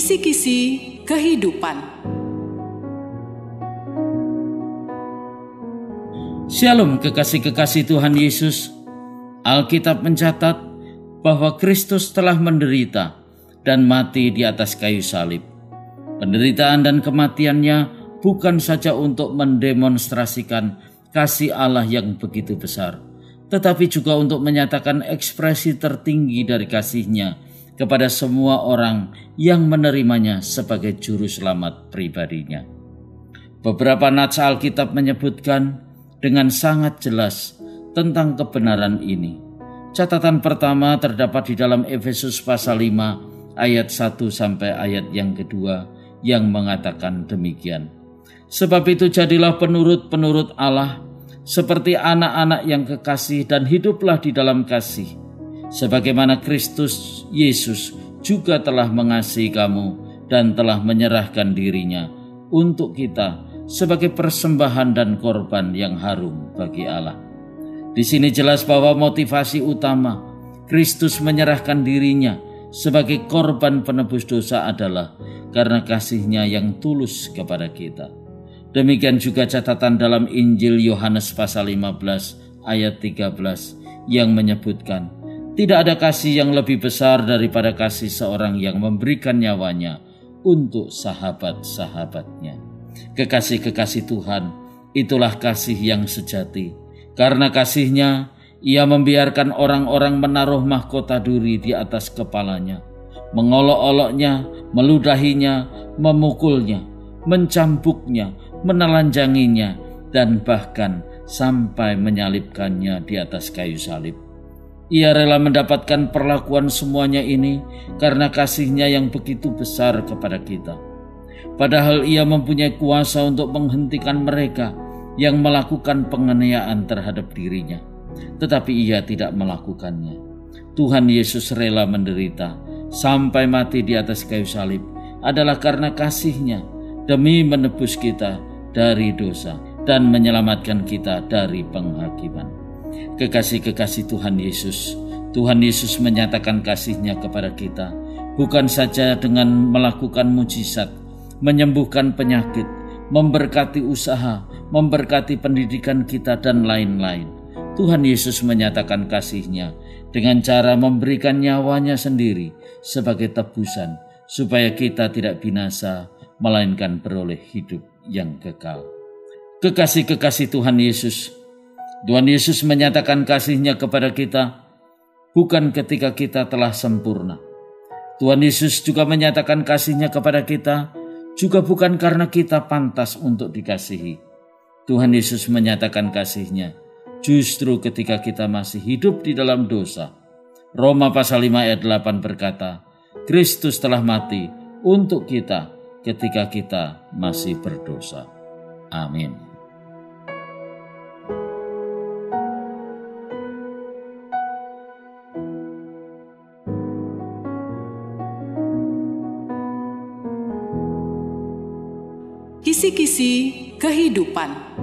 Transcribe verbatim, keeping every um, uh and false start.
Kisi-kisi kehidupan. Shalom kekasih-kekasih Tuhan Yesus. Alkitab mencatat bahwa Kristus telah menderita dan mati di atas kayu salib. Penderitaan dan kematiannya bukan saja untuk mendemonstrasikan kasih Allah yang begitu besar, tetapi juga untuk menyatakan ekspresi tertinggi dari kasih-Nya kepada semua orang yang menerimanya sebagai juru selamat pribadinya. Beberapa nats Alkitab menyebutkan dengan sangat jelas tentang kebenaran ini. Catatan pertama terdapat di dalam Efesus pasal lima ayat satu sampai ayat yang kedua yang mengatakan demikian. Sebab itu jadilah penurut-penurut Allah seperti anak-anak yang kekasih dan hiduplah di dalam kasih, sebagaimana Kristus Yesus juga telah mengasihi kamu dan telah menyerahkan dirinya untuk kita sebagai persembahan dan korban yang harum bagi Allah. Di sini jelas bahwa motivasi utama Kristus menyerahkan dirinya sebagai korban penebus dosa adalah karena kasih-Nya yang tulus kepada kita. Demikian juga catatan dalam Injil Yohanes pasal lima belas ayat tiga belas yang menyebutkan, tidak ada kasih yang lebih besar daripada kasih seorang yang memberikan nyawanya untuk sahabat-sahabatnya. Kekasih-kekasih Tuhan, itulah kasih yang sejati. Karena kasih-Nya, Ia membiarkan orang-orang menaruh mahkota duri di atas kepalanya, mengolok-oloknya, meludahinya, memukulnya, mencambuknya, menelanjanginya, dan bahkan sampai menyalibkannya di atas kayu salib. Ia rela mendapatkan perlakuan semuanya ini karena kasih-Nya yang begitu besar kepada kita. Padahal Ia mempunyai kuasa untuk menghentikan mereka yang melakukan penganiayaan terhadap dirinya. Tetapi Ia tidak melakukannya. Tuhan Yesus rela menderita sampai mati di atas kayu salib adalah karena kasih-Nya demi menebus kita dari dosa dan menyelamatkan kita dari penghakiman. Kekasih-kekasih Tuhan Yesus, Tuhan Yesus menyatakan kasih-Nya kepada kita bukan saja dengan melakukan mujizat, menyembuhkan penyakit, memberkati usaha, memberkati pendidikan kita, dan lain-lain. Tuhan Yesus menyatakan kasih-Nya dengan cara memberikan nyawanya sendiri sebagai tebusan supaya kita tidak binasa, melainkan beroleh hidup yang kekal. Kekasih-kekasih Tuhan Yesus, Tuhan Yesus menyatakan kasih-Nya kepada kita bukan ketika kita telah sempurna. Tuhan Yesus juga menyatakan kasih-Nya kepada kita juga bukan karena kita pantas untuk dikasihi. Tuhan Yesus menyatakan kasih-Nya justru ketika kita masih hidup di dalam dosa. Roma pasal lima ayat delapan berkata, Kristus telah mati untuk kita ketika kita masih berdosa. Amin. Kisi-kisi kehidupan.